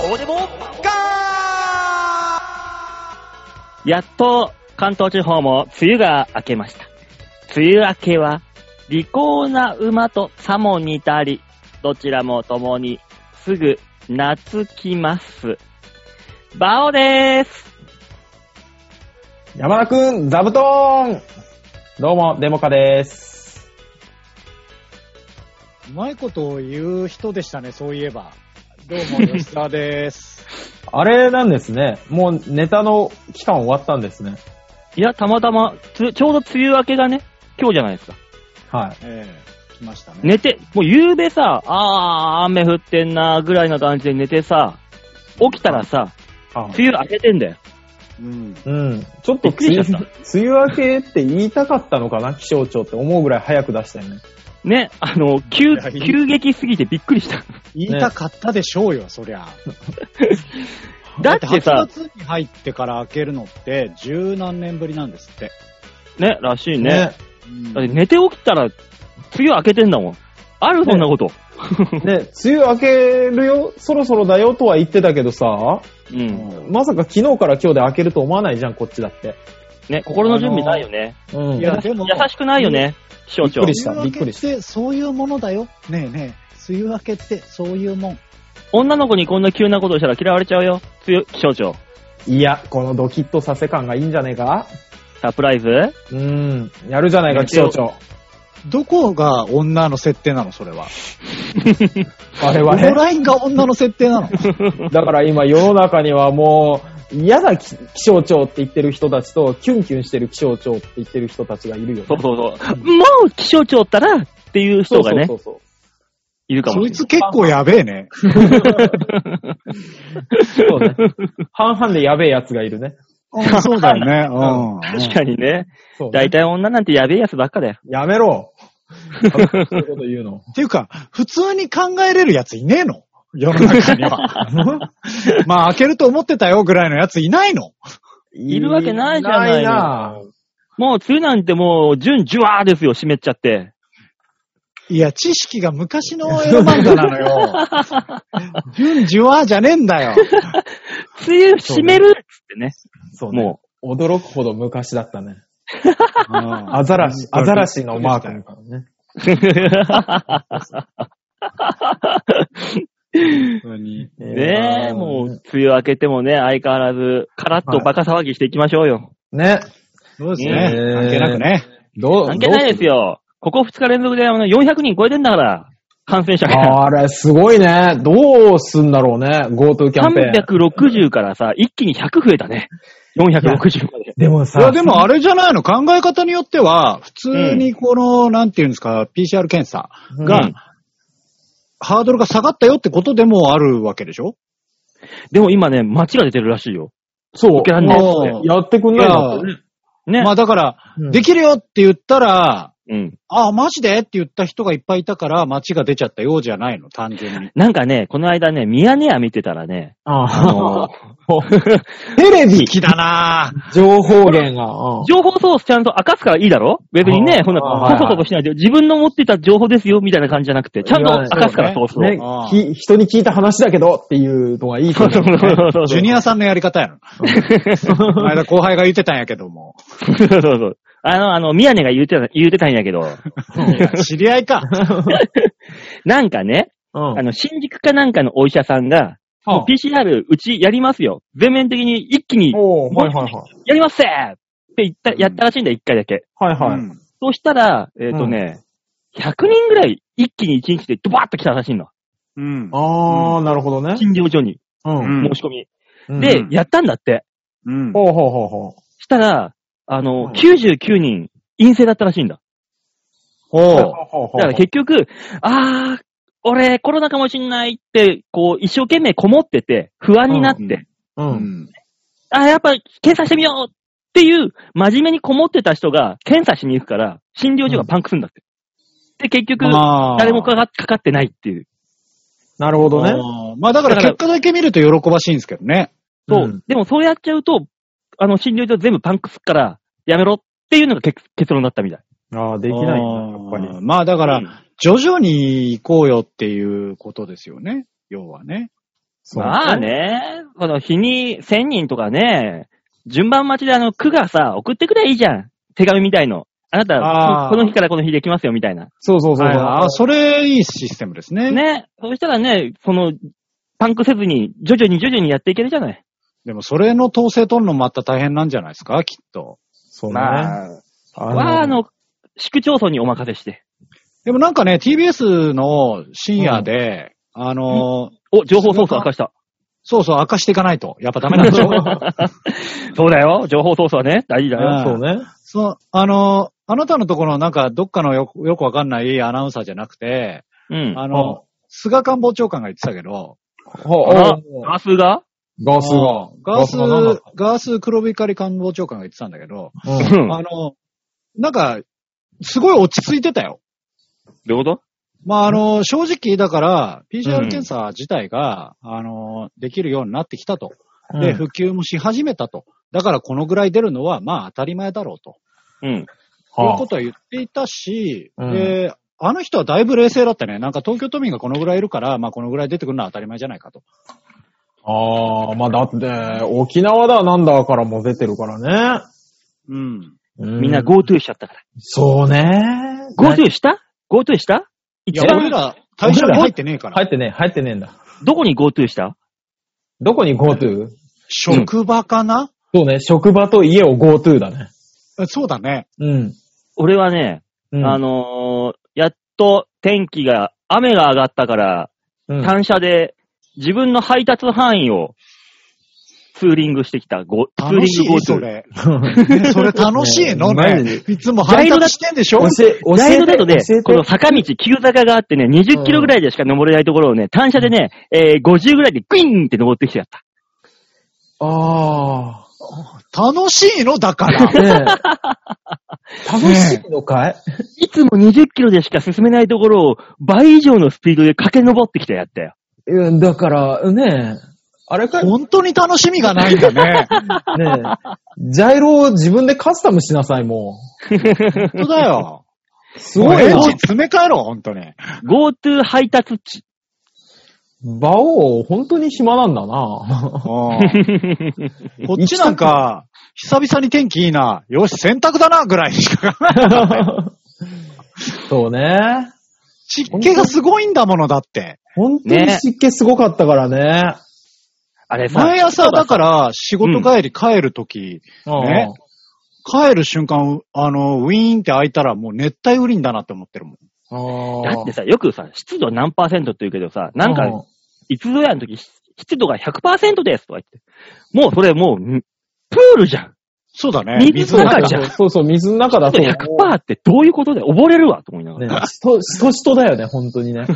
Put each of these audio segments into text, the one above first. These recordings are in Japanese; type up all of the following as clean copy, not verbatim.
どうでもガー。 やっと関東地方も梅雨が明けました。梅雨明けは利口な馬とさも似たり、どちらも共にすぐ懐きます。バオでーす。 山田くん、座布団。どうも、デモカです。 うまいことを言う人でしたね、そういえば。どうも、吉沢です。 あれなんですね。もうネタの期間終わったんですね。 いや、たまたま、ちょうど梅雨明けがね、今日じゃないですか。 はい。 来ましたね。 寝て、もう夕べさ、雨降ってんなぐらいな感じで寝てさ、起きたらさ、梅雨明けてんだよ。 うん。ちょっとびっくりしちゃった。 梅雨明けって言いたかったのかな、気象庁って思うぐらい早く出したよね。 ね、急激すぎてびっくりした。 言いたかったでしょうよ、そりゃ。 だってさ、 8月に入ってから開けるのって十何年ぶりなんですって。 ね、らしいね。だって寝て起きたら、梅雨明けてんだもん。あるそんなこと。 ね、梅雨明けるよ、そろそろだよとは言ってたけどさ、まさか昨日から今日で開けると思わないじゃん、こっちだって。 ね、心の準備ないよね。 いや、でも優しくないよね、気象庁。 びっくりした。 梅雨明けってそういうものだよ。ねえねえ、梅雨明けってそういうもん。 女の子にこんな急なことしたら嫌われちゃうよ、気象庁。 いや、このドキッとさせ感がいいんじゃねえか？ サプライズ？ やるじゃないか、気象庁。 どこが女の設定なの、それは。 あれはね。 このラインが女の設定なの。 だから今世の中にはもう、嫌な気象庁って言ってる人たちと、キュンキュンしてる気象庁って言ってる人たちがいるよね。 そう。もう気象庁ったらっていう人がね、いるかもしれない。 そいつ結構やべえね。 そうね。半々でやべえやつがいるね。 そうだよね。 確かにね。大体女なんてやべえやつばっかだよ。 やめろ。そういうこと言うの。 っていうか、普通に考えれるやついねえの？世の中には。まあ、開けると思ってたよぐらいのやついないの？ いるわけないじゃないの。 ないな。 もう梅雨なんてもう、順ジュワーですよ、湿っちゃって。 いや、知識が昔のエロ漫画なのよ。順ジュワーじゃねえんだよ。 梅雨湿めるっつってね。 そうね。もう、驚くほど昔だったね。アザラシのマークみたいなね。 ねえ、もう、梅雨明けてもね、相変わらず、カラッとバカ騒ぎしていきましょうよ。 ね。 そうですね。関係なくね。 関係ないですよ。ここ2日連続で400人超えてんだから、感染者が。 あれ、すごいね。どうすんだろうね、GoTo キャンペーン。 360からさ、一気に100増えたね。460まで。 でもさ。 いや、でもあれじゃないの、考え方によっては、普通にこの、なんていうんですか、PCR 検査が、ハードルが下がったよってことでもあるわけでしょ？ でも今ね、街が出てるらしいよ。 そう。 やってくんないのね。 まあだから、できるよって言ったら、マジでって言った人がいっぱいいたから、街が出ちゃったようじゃないの、単純に。 なんかね、この間ね、ミヤネ屋見てたらね、 テレビ好きだなぁ。 情報源が。 情報ソースちゃんと明かすからいいだろ？別にね、こそこそしないで、自分の持ってた情報ですよ、みたいな感じじゃなくて、ちゃんと明かすからソースを。 ね、人に聞いた話だけどっていうのがいいと思う。 ジュニアさんのやり方やの。この間後輩が言ってたんやけども。 そう。宮根が言うてたんやけど。 知り合いか。 なんかね、新宿かなんかのお医者さんが、PCR うちやりますよ。全面的に一気に、やりますせーってやったらしいんだよ、一回だけ。そうしたら、100人ぐらい一気に1日でドバーッと来たらしいの。 なるほどね。 診療所に。申し込み。で、やったんだって。したら、99人陰性だったらしいんだ。だから結局、俺コロナかもしんないって、こう、一生懸命こもってて、不安になって、やっぱ検査してみようっていう、真面目にこもってた人が検査しに行くから、診療所がパンクするんだって。で、結局、誰もかかってないっていう。 なるほどね。 まあだから結果だけ見ると喜ばしいんですけどね。 そう。でもそうやっちゃうと、診療所全部パンクすっから、やめろっていうのが結論だったみたい。 できないんだ、やっぱり。 まあだから、徐々に行こうよっていうことですよね。要はね。 まあね、この日に1000人とかね、順番待ちで区がさ、送ってくればいいじゃん。手紙みたいの。あなた、この日からこの日できますよ、みたいな。 そう。 それいいシステムですね。 ね。そうしたらね、パンクせずに、徐々にやっていけるじゃない。 でも、それの統制取るのもまた大変なんじゃないですか、きっと。 そうね。 まあ、市区町村にお任せして。 でもなんかね、TBS の深夜で、 情報ソース明かした。 そう、明かしていかないと。やっぱダメなんでしょそうだよ。情報ソースはね、大事だよ。 そうね。 あなたのところのなんか、どっかのよくわかんないアナウンサーじゃなくて、菅官房長官が言ってたけど、 ガース黒光官房長官が言ってたんだけど、なんか、すごい落ち着いてたよ。 どういうこと？ まあ、正直、だから、PCR 検査自体が、できるようになってきたと。で、普及もし始めたと。だから、このぐらい出るのは、まあ、当たり前だろうと。いうことは言っていたし、で、あの人はだいぶ冷静だったね。なんか、東京都民がこのぐらいいるから、まあ、このぐらい出てくるのは当たり前じゃないかと。 まあ、だって、沖縄だなんだからも出てるからね。 みんな GoTo しちゃったから。 そうね。 GoTo した ?GoTo したいや、俺ら、対象に入ってねえから。 入ってねえんだ。 どこに GoTo した？ どこに GoTo？ 職場かな？ そうね、職場と家を GoTo だね。 そうだね。 俺はね、やっと雨が上がったから、単車で自分の配達範囲をツーリングしてきた。 楽しいそれ。それ楽しいのね。いつも配達してんでしょ？ ライドだとね、この坂道、急坂があってね、20キロぐらいでしか登れないところをね、単車でね、50ぐらいでグイーンって登ってきてやった。 楽しいのだから。 楽しいのかい？ いつも20キロでしか進めないところを倍以上のスピードで駆け登ってきてやったよ。 だからね、あれか本当に楽しみがないんだね。 ジャイロを自分でカスタムしなさい、もう。本当だよ。 すごいな。詰め替えろ、本当に。 GoTo 配達地。 馬王、本当に暇なんだな。 こっちなんか、久々に天気いいな。よし、洗濯だな、ぐらいしか考えなかったよ。 そうね。 湿気がすごいんだもの、だって。 本当に湿気すごかったからね。 あれさ、 毎朝だから仕事帰るとき、ね、帰る瞬間、ウィーンって開いたらもう熱帯雨林だなって思ってるもん。 だってさ、よくさ、湿度何%って言うけどさ、なんか、いつぞやの時、湿度が 100% ですとか言って。もうそれもう、プールじゃん。 そうだね。 水の中じゃん。 そう、水の中だと。 100% ってどういうことで溺れるわと思いながら。 しとだよね、本当にね。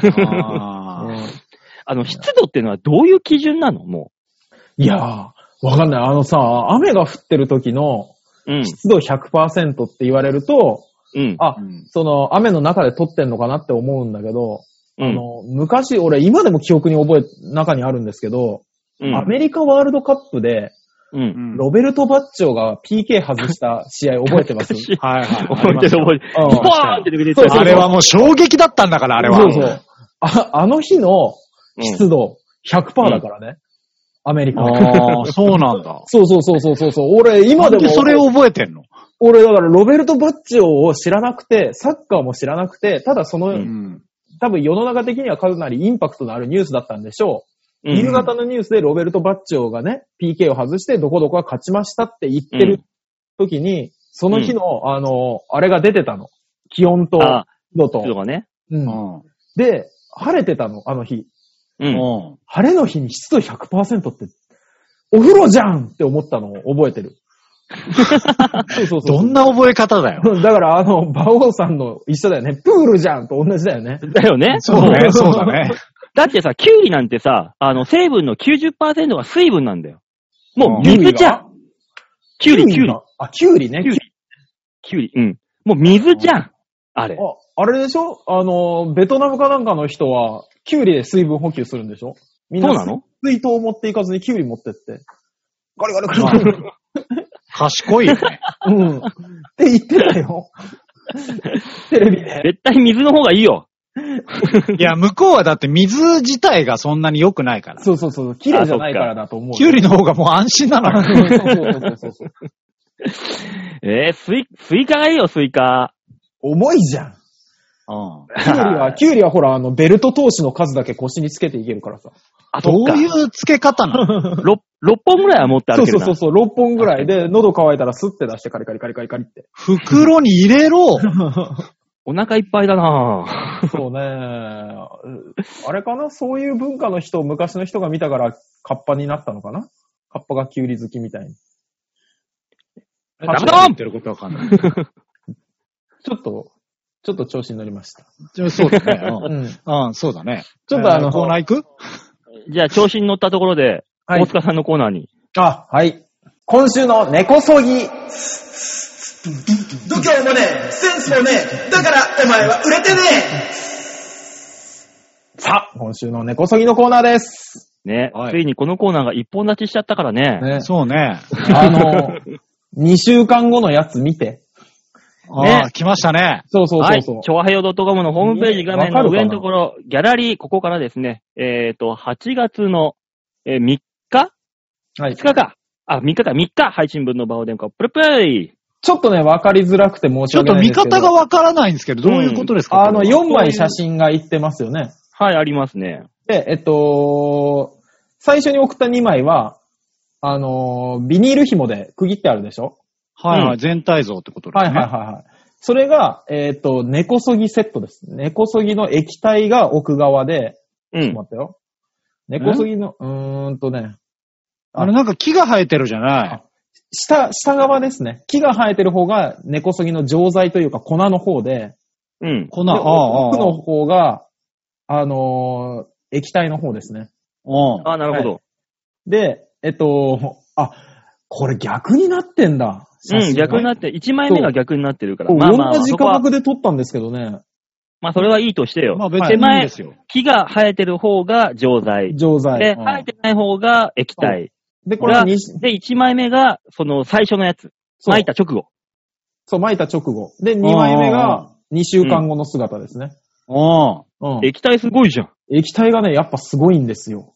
湿度っていうのはどういう基準なの？もう。いやー、わかんない。雨が降ってる時の、湿度 100% って言われると、雨の中で撮ってんのかなって思うんだけど、昔、俺、今でも記憶に中にあるんですけど、アメリカワールドカップで、ロベルト・バッチョが PK 外した試合覚えてます？ はい。覚えてる。ポワーンって抜けてた。あれはもう衝撃だったんだから、あれは。 そう。あの日の湿度 100% だからね。アメリカ。 そうなんだ。 そう。俺、今でも。 なんでそれを覚えてんの？ 俺、だから、ロベルト・バッチョを知らなくて、サッカーも知らなくて、ただ多分世の中的にはかなりインパクトのあるニュースだったんでしょう。夕方のニュースでロベルト・バッチョがね、PK を外してどこどこが勝ちましたって言ってる時に、その日の、あれが出てたの。気温と湿度と。 湿度がね。 で、晴れてたの、あの日。晴れの日に湿度 100% って、お風呂じゃんって思ったのを覚えてる。そう。 どんな覚え方だよ。 だから、馬王さんの一緒だよね。プールじゃんと同じだよね。 だよね。 そうだね。 だってさ、キュウリなんてさ、成分の 90% が水分なんだよ。もう水じゃん。キュウリ。 あ、キュウリね。 キュウリ。もう水じゃん。あれ。 あれでしょ？ベトナムかなんかの人は、キュウリで水分補給するんでしょ？みんな。そうなの？水筒を持っていかずにキュウリ持ってって。ガリガリ。 賢いよね。 って言ってたよ。テレビで。 絶対水の方がいいよ。 いや、向こうはだって水自体がそんなに良くないから。 そうそうそう。綺麗じゃないからだと思う。 キュウリの方がもう安心なのよ。 そう。 スイカがいいよ、スイカ。 重いじゃん。キュウリはほら、ベルト通しの数だけ腰につけていけるからさ。 どういう付け方なの 6 本ぐらいは持って歩けるな。 そう、6本ぐらいで、喉乾いたらスッて出してカリカリって。 袋に入れろお腹いっぱいだなぁ。 そうね。あれかな、そういう文化の人を昔の人が見たからカッパになったのかな。カッパがキュウリ好きみたいに。 ダメだってることわかんない。 ちょっと調子に乗りました。 そうだね。そうだね。 ちょっとコーナー行く？ じゃあ調子に乗ったところで、大塚さんのコーナーに。 はい。今週の根こそぎ。 度胸もねえ、センスもねえ、だからお前は売れてねえ。 さあ、今週の根こそぎのコーナーです。 ね、ついにこのコーナーが一本立ちしちゃったからね。 そうね。 2週間後のやつ見て。 来ましたね。 そう。はい。 超はよ .com のホームページ画面の上のところ、ギャラリー、ここからですね、8月の3日 ?2 日か。3日配信分の場を電化、プルプイ。 ちょっとね、わかりづらくて申し訳ないんですけど。 ちょっと見方がわからないんですけど、どういうことですか 4枚写真がいってますよね。 はい、ありますね。 で、最初に送った2枚は、ビニール紐で区切ってあるでしょ？ はい、全体像ってことですね。 はい。それが、根こそぎセットです。根こそぎの液体が奥側で、ちょっと待ってよ。根こそぎの、 なんか木が生えてるじゃない。 下側ですね。木が生えてる方が根こそぎの錠剤というか粉の方で、 粉、 奥の方が、液体の方ですね。 なるほど。 で、これ逆になってんだ。 逆になって、1枚目が逆になってるから。 同じ価格で撮ったんですけどね。 それはいいとしてよ。 別にいいですよ。 木が生えてる方が錠剤。で、生えてない方が液体。で、これは1枚目が、その最初のやつ。巻いた直後。 そう、巻いた直後。で、2枚目が2週間後の姿ですね。 液体すごいじゃん。 液体がね、やっぱすごいんですよ。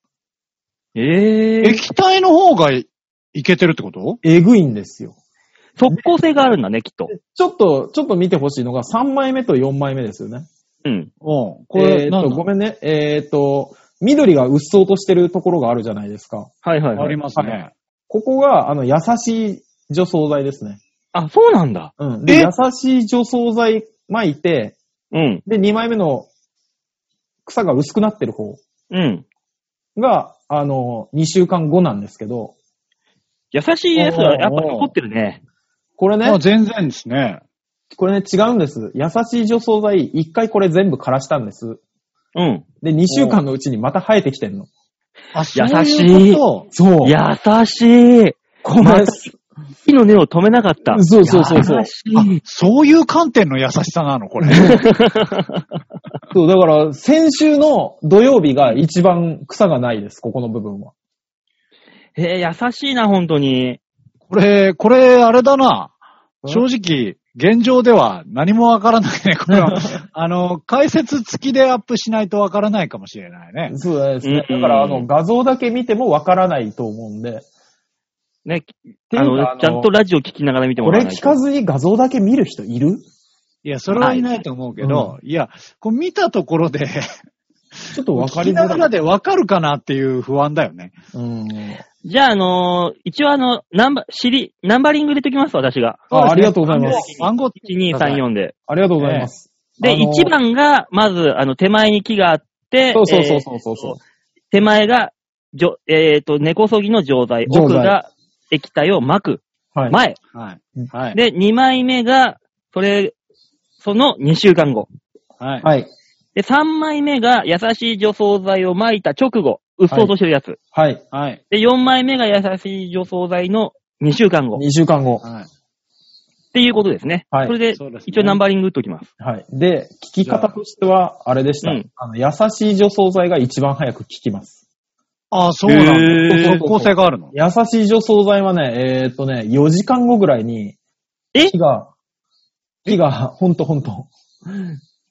液体の方がいけてるってこと？ えぐいんですよ。 即効性があるんだね、きっと。 ちょっと見てほしいのが3枚目と4枚目ですよね。 これ、 ごめんね。緑がうっそうとしてるところがあるじゃないですか。 はい。 ありますね。 ここが、優しい除草剤ですね。 そうなんだ。 で、優しい除草剤巻いて、で、2枚目の草が薄くなってる方。が、2週間後なんですけど。 優しいやつはやっぱ残ってるね。 これね。 全然ですね。 これね、違うんです。優しい除草剤、1回これ全部枯らしたんです。で、2週間のうちにまた生えてきてんの。 優しい。 そう。 優しい。木の根を止めなかった。 そう。 そういう観点の優しさなの、これ。 そう、だから、先週の土曜日が一番草がないです、ここの部分は。 優しいな、本当に。 これ、あれだな。正直、現状では何もわからないね。これは、解説付きでアップしないとわからないかもしれないね。 そうですね。だから、画像だけ見てもわからないと思うんで。 ね、ちゃんとラジオ聞きながら見てもらわないと。 これ聞かずに画像だけ見る人いる？ いや、それはいないと思うけど、いや、こう見たところで、 ちょっとわかりづらい。 聞きながらでわかるかなっていう不安だよね。 じゃあ、一応ナンバリング入れときます、私が。 ありがとうございます。 番号 1234で。 ありがとうございます。 で、1番が、まず、手前に木があって、 そう。 手前が、根こそぎの錠剤。奥が液体を巻く。前。で、2枚目が、その2週間後。で、3枚目が優しい除草剤を巻いた直後。うっそうとしてるやつ。で、4枚目が優しい除草剤の2週間後。 2週間後。 っていうことですね。それで、一応ナンバリング打っときます。 で、聞き方としては、あれでした。優しい除草剤が一番早く効きます。 そうなんだ。構成があるの？ 優しい除草剤はね、4時間後ぐらいに、木が、ほんと。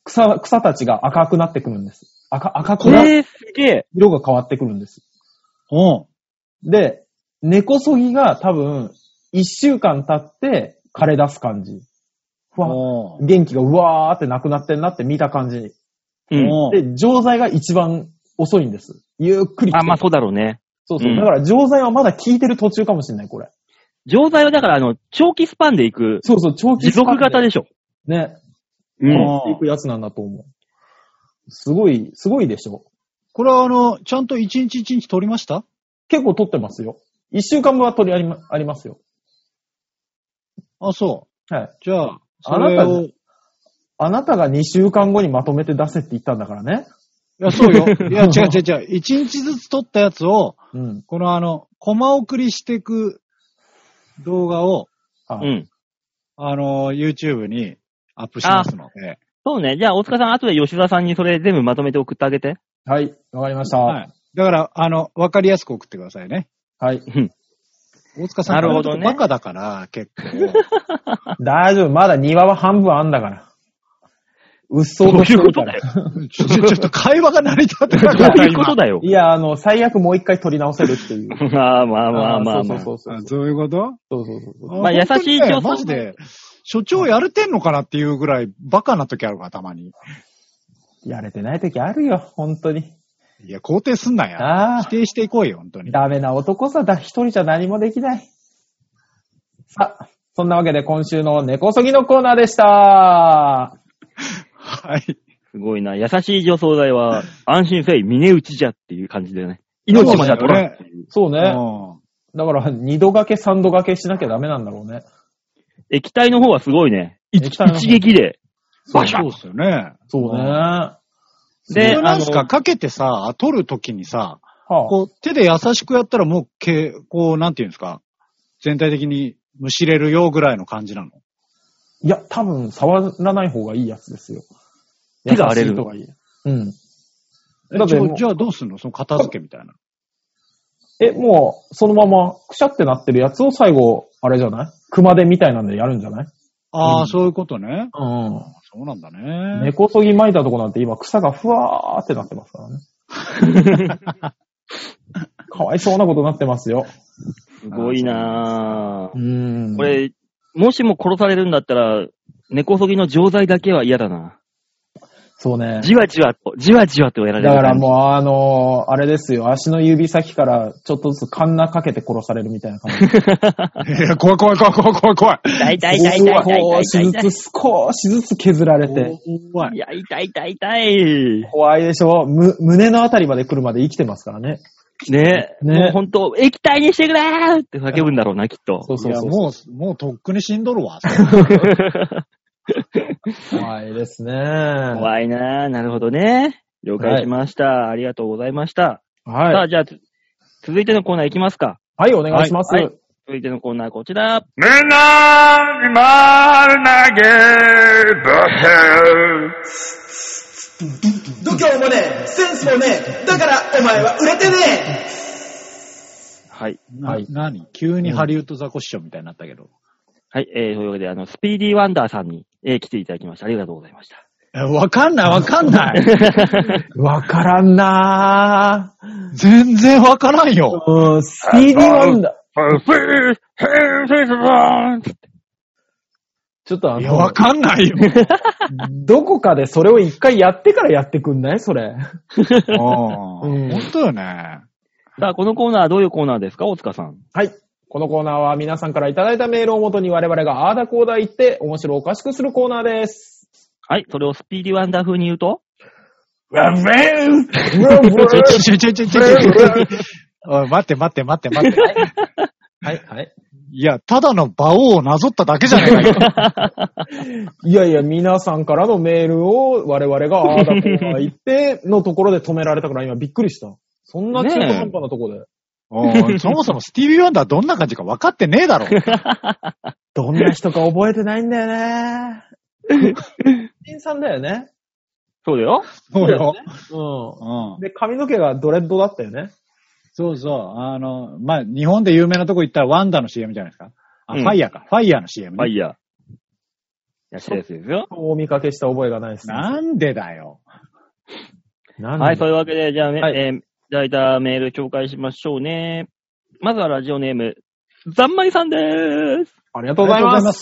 草たちが赤くなってくるんです。赤くなって、 すげえ。 色が変わってくるんです。で、根こそぎが多分、1週間経って枯れ出す感じ。元気がうわーってなくなってんなって見た感じ。で、錠剤が一番遅いんです。ゆっくり。 まあそうだろうね。 そう。だから錠剤はまだ効いてる途中かもしれない、これ。 錠剤はだから長期スパンでいく。 そう、長期スパンで。 持続型でしょ。 ね。いくやつなんだと思う。すごいでしょ。 これはちゃんと一日一日取りました？ 結構取ってますよ。1週間分は取りありますよ。 あ、そう。 はい。 じゃあ、 あなたが2週間後にまとめて出せって言ったんだからね。 いや、そうよ。いや、違う。1日ずつ撮ったやつを、このコマ送りしていく動画を、YouTube にアップしますので。 そうね。じゃあ、大塚さん、後で吉田さんにそれ全部まとめて送ってあげて。 はい。わかりました。はい。 だから、わかりやすく送ってくださいね。 はい。 大塚さん、なるほどね。バカだから、結構。 大丈夫。まだ庭は半分あんだから。うっそうとしてるから。ちょっと会話が成り立ってないから。 そういうことだよ。 いや、最悪もう一回取り直せるっていう。 まあ。 そういうこと？ そう。 まあ、優しい女性。 マジで、所長やれてんのかなっていうぐらいバカな時あるから、たまに。 やれてない時あるよ、本当に。 いや、肯定すんなや。否定していこうよ、本当に。 ダメな男さだ、一人じゃ何もできない。さあ、そんなわけで今週の根こそぎのコーナーでした。 はい。 すごいな。優しい除草剤は、安心せい、峰打ちじゃっていう感じだよね。命までは取らんっていう。 そうね。だから、2度掛け、3度掛けしなきゃダメなんだろうね。 液体の方はすごいね。一撃で。 バシャッ。そうっすよね。 そうね。 で、なんすか、かけてさ、取るときにさ、こう、手で優しくやったらもう、こう、なんていうんですか、全体的にむしれるよぐらいの感じなの？ いや、多分、触らない方がいいやつですよ。 手が荒れる。 うん。 だってじゃあどうすんの？その片付けみたいな。 もう、そのまま、くしゃってなってるやつを最後、あれじゃない？熊手みたいなんでやるんじゃない？ そういうことね。そうなんだね。 根こそぎ巻いたとこなんて今草がふわーってなってますからね。かわいそうなことになってますよ。 すごいなぁ。これ、もしも殺されるんだったら、根こそぎの錠剤だけは嫌だな。 そうね。 じわじわとやられる。 だからもうあれですよ。足の指先からちょっとずつカンナかけて殺されるみたいな感じ。 いや、怖い。 痛い。 少しずつ削られて。 いや、痛い。 怖いでしょ。胸のあたりまで来るまで生きてますからね。 ね。もうほんと、液体にしてくれーって叫ぶんだろうな、きっと。 そう。 いや、もうとっくに死んどるわ。 怖いですね。 怖いなぁ。なるほどね。了解しました。ありがとうございました。 はい。 さあ、じゃあ、続いてのコーナーいきますか。 はい、お願いします。 続いてのコーナーこちら。 みんなに丸投げ度胸もねえ、センスもねえ、だからお前は売れてねえ。 はい。 何？急にハリウッドザコシショウみたいになったけど。 はい、というわけで、スピーディーワンダーさんに、来ていただきました。ありがとうございました。 わかんない。 わからんなぁ。 全然わからんよ。 スピーディーワンダー。ちょっといや、わかんないよ。 どこかでそれを一回やってからやってくんない？それ。 本当よね。 さあ、このコーナーはどういうコーナーですか、大塚さん。 はい。このコーナーは皆さんからいただいたメールをもとに我々があーだこーだ言って面白おかしくするコーナーです。 はい。それをスピーディーワンダー風に言うとおい、待って。 はい。 いや、ただの馬王をなぞっただけじゃないか。 いや、皆さんからのメールを我々があーだこーだ言ってのところで止められたから今びっくりした。そんな中途半端なとこで。 そもそもスティービー・ワンダーどんな感じか分かってねえだろ。 どんな人か覚えてないんだよね。金さんだよね。 そうだよ。 そうよ。 で、髪の毛がドレッドだったよね。 そう。まあ、日本で有名なとこ行ったらワンダの CM じゃないですか。ファイヤーか。ファイヤーの CM ね。 ファイヤー。 安いやつですよ。 お見かけした覚えがないですね。 なんでだよ。 はい、そういうわけで、じゃあ、いただいたメール紹介しましょうね。まずはラジオネーム、ざんまりさんでーす。 ありがとうございます。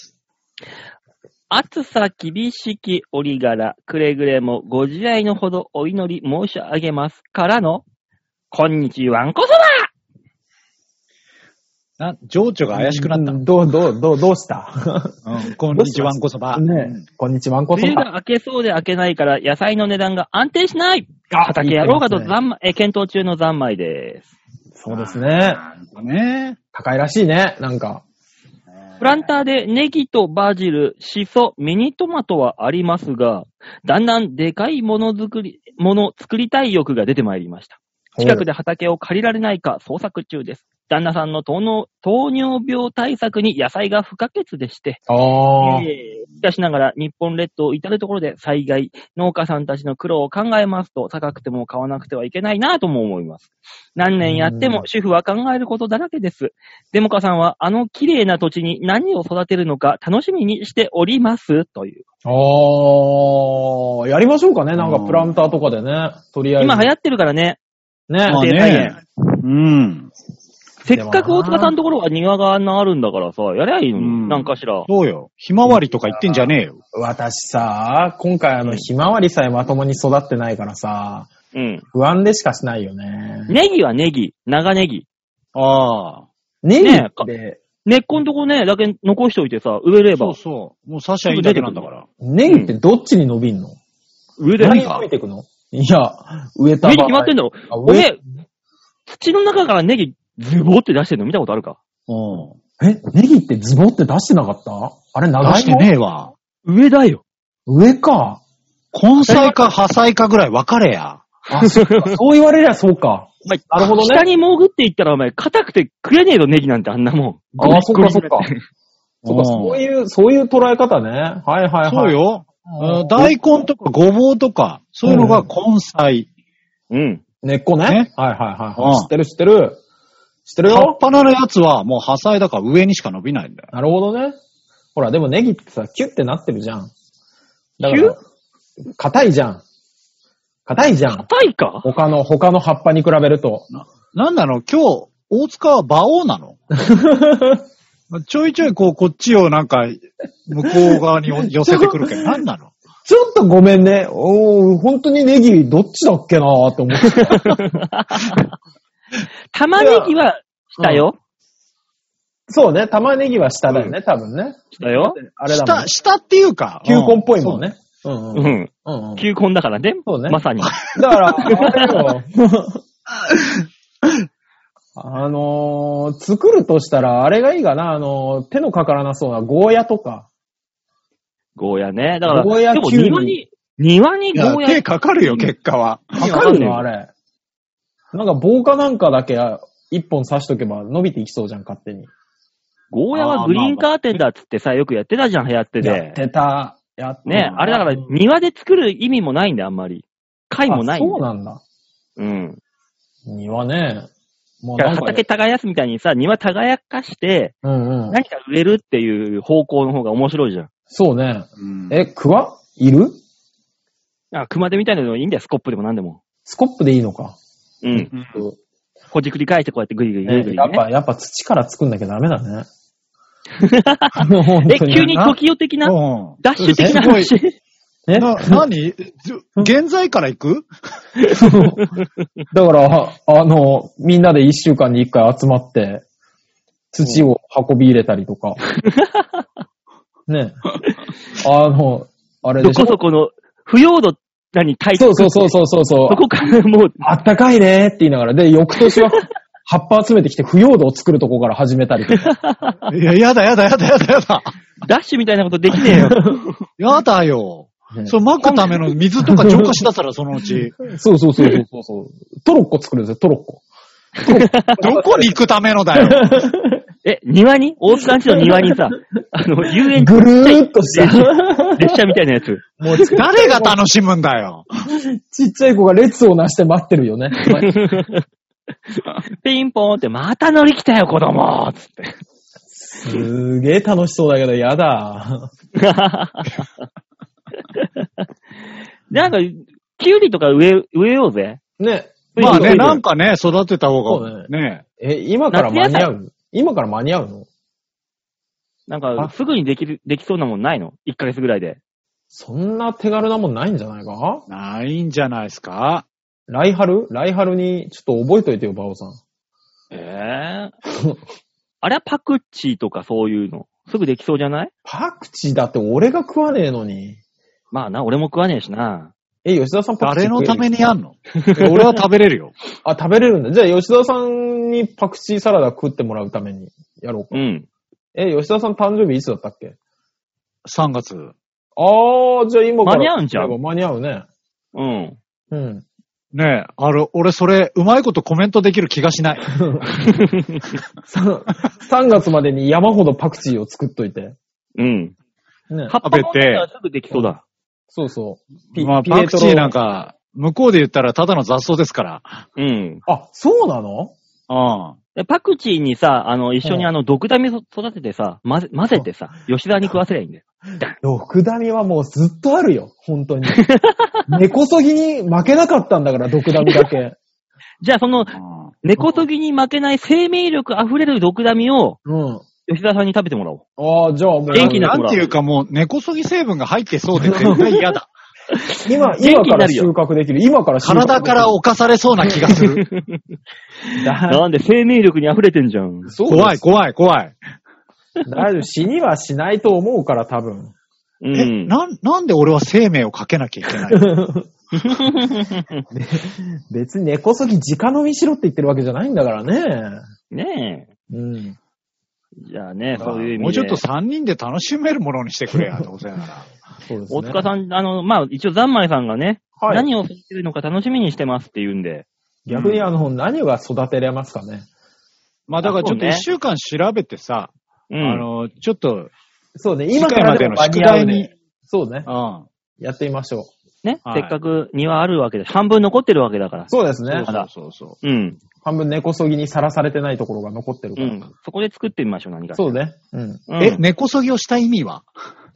暑さ厳しき折柄、くれぐれもご自愛のほどお祈り申し上げますからの、こんにちはんこそば情緒が怪しくなった。 どうしたこんにちはんこそば。 ね、こんにちはんこそば。 梅雨が明けそうで明けないから野菜の値段が安定しない。畑やろうかと検討中の三昧です。 そうですね。高いらしいね、なんか。 プランターでネギとバジル、シソ、ミニトマトはありますが、だんだんでかいもの作りたい欲が出てまいりました。近くで畑を借りられないか捜索中です。旦那さんの糖尿病対策に野菜が不可欠でして、しかしながら日本列島至るところで災害、農家さんたちの苦労を考えますと、高くても買わなくてはいけないなぁとも思います。何年やっても主婦は考えることだらけです。デモカさんはあの綺麗な土地に何を育てるのか楽しみにしておりますという。 やりましょうかね、なんかプランターとかでね、とりあえず。 今流行ってるからね。 ね。 せっかく大塚さんのところが庭があるんだからさ、やりゃいいのに、なんかしら。 そうよ。ひまわりとか言ってんじゃねえよ。 私さ、今回ひまわりさえまともに育ってないからさ、不安でしかしないよね。 ネギはネギ、長ネギ。 ネギって根っこのとこね、だけ残しておいてさ、植えれば。 そう。もう刺しゃいいだけなんだから。 ネギってどっちに伸びんの？ 上で何伸びてくの？いや、植えた上に決まってんだろ。俺、土の中からネギ、ズボって出してんの見たことあるか？ ネギってズボって出してなかった？あれ長いの？ 出してねえわ。 上だよ。 上か。 根菜か破菜かぐらい分かれや。 そう言われりゃそうか。なるほどね。 下に潜っていったらお前、硬くて食えねえぞネギなんてあんなもん。 そっか。そういう捉え方ね。はい。 そうよ。大根とかごぼうとか、そういうのが根菜。 根っこね。はい。知ってるよ。 葉っぱのやつはもう破菜だから上にしか伸びないんだよ。 なるほどね。ほら、でもネギってさ、キュッてなってるじゃん。だから硬いじゃん。硬いか？ 他の葉っぱに比べると。 なんなの？今日、大塚は馬王なの？ちょいちょいこっちをなんか、向こう側に寄せてくるけど、なんなの？ ちょっとごめんね。本当にネギどっちだっけなーって思って。 玉ねぎは下よ。 そうね、玉ねぎは下だよね、多分ね。 下よ。 あれだもん。 下っていうか。 球根っぽいもんね。 球根だからね。 そうね。 まさに。 だから、作るとしたら、あれがいいかな、手のかからなそうなゴーヤとか。 ゴーヤね。だから、 ゴーヤでも庭にゴーヤ。 手かかるよ、結果は。 かかるのあれ。なんか棒かなんかだけ一本刺しとけば伸びていきそうじゃん、勝手に。 ゴーヤはグリーンカーテンだっつってさ、よくやってたじゃん、流行ってて。 やってた。 ね、あれだから庭で作る意味もないんだよ、あんまり。貝もないんだよ。 そうなんだ。庭ね。 もう畑耕すみたいにさ、庭耕かして、何か植えるっていう方向の方が面白いじゃん。 そうね。クワいる？ 熊手みたいなのいいんだよ、スコップでも何でも。 スコップでいいのか。 ほじくり返してこうやってグリグリグリグリ、 ね。やっぱ土から作んなきゃダメだね。 急に時代的なダッシュ的な話。 何？現在から行く？ だから、みんなで1週間に1回集まって、土を運び入れたりとか。ね。あれでしょ。 どこそこの、腐葉土に対して。 そう。 そこからもう。 あったかいねって言いながら。で、翌年は葉っぱ集めてきて腐葉土を作るとこから始めたりとか。 いや、やだ。 ダッシュみたいなことできねえよ。 やだよ。そう、撒くための水とか浄化したらそのうち。 そう。トロッコ作るんですよ、トロッコ。 どこに行くためのだよ。 庭に大塚んちの庭にさ、遊園地。 ぐるーっとした列車みたいなやつ。 もう誰が楽しむんだよ。 ちっちゃい子が列をなして待ってるよね。 ピンポーンって、また乗り来たよ、子供つって。 すげえ楽しそうだけど、やだ。 なんか、キュウリとか植えようぜ。 ね。 まあね、なんかね、育てた方がね。 今から間に合う？今から間に合うの？ なんか、すぐにできそうなもんないの？ 1 ヶ月ぐらいで。 そんな手軽なもんないんじゃないか？ ないんじゃないですか？ 来春にちょっと覚えといてよ、バオさん。 あれはパクチーとかそういうの。すぐできそうじゃない？ パクチーだって俺が食わねえのに。 まあな、俺も食わねえしな。 吉田さんパクチー誰のためにやんの？俺は食べれるよ。 あ、食べれるんだ。じゃあ吉田さんにパクチーサラダ食ってもらうためにやろうか。 うん。 吉田さん誕生日いつだったっけ ？3月。 じゃあ今から。 間に合うんちゃう？ 間に合うね。 うん。 うん。 ねえ、俺それ、うまいことコメントできる気がしない。 3月までに山ほどパクチーを作っといて。 うん。 ね。 葉っぱもすぐできそうだ。 そうそう。 まあ、パクチーなんか、向こうで言ったらただの雑草ですから。 うん。 あ、そうなの？ パクチーにさ、一緒に毒ダミ育ててさ、混ぜてさ、吉田に食わせりゃいいんだよ。 毒ダミはもうずっとあるよ、本当に。根こそぎに負けなかったんだから、毒ダミだけ。 じゃあその、根こそぎに負けない生命力溢れる毒ダミを、吉田さんに食べてもらおう。 じゃあもう。 元気になってもらおう。 なんていうかもう、根こそぎ成分が入ってそうで絶対嫌だ。 今から収穫できる。 体から侵されそうな気がする。 なんで生命力に溢れてんじゃん。 怖い。 大丈夫。死にはしないと思うから、多分。 なんで俺は生命をかけなきゃいけないの？ 別に根こそぎ直飲みしろって言ってるわけじゃないんだからね。 ねえ。うん。じゃあね、そういう意味で。 もうちょっと3人で楽しめるものにしてくれや、どうせなら。 そうですね。 大塚さん、まあ、一応、ザンマイさんがね、何を育てるのか楽しみにしてますって言うんで。 逆に何が育てれますかね。 まあ、だからちょっと1週間調べてさ、ちょっと、 そうね、今からでも宿題に、そうね。やってみましょう。 ね、せっかく庭あるわけで、半分残ってるわけだから。 そうですね。 そう。 うん。 半分根こそぎにさらされてないところが残ってるから。 そこで作ってみましょう、何か。 そうね。 根こそぎをした意味は？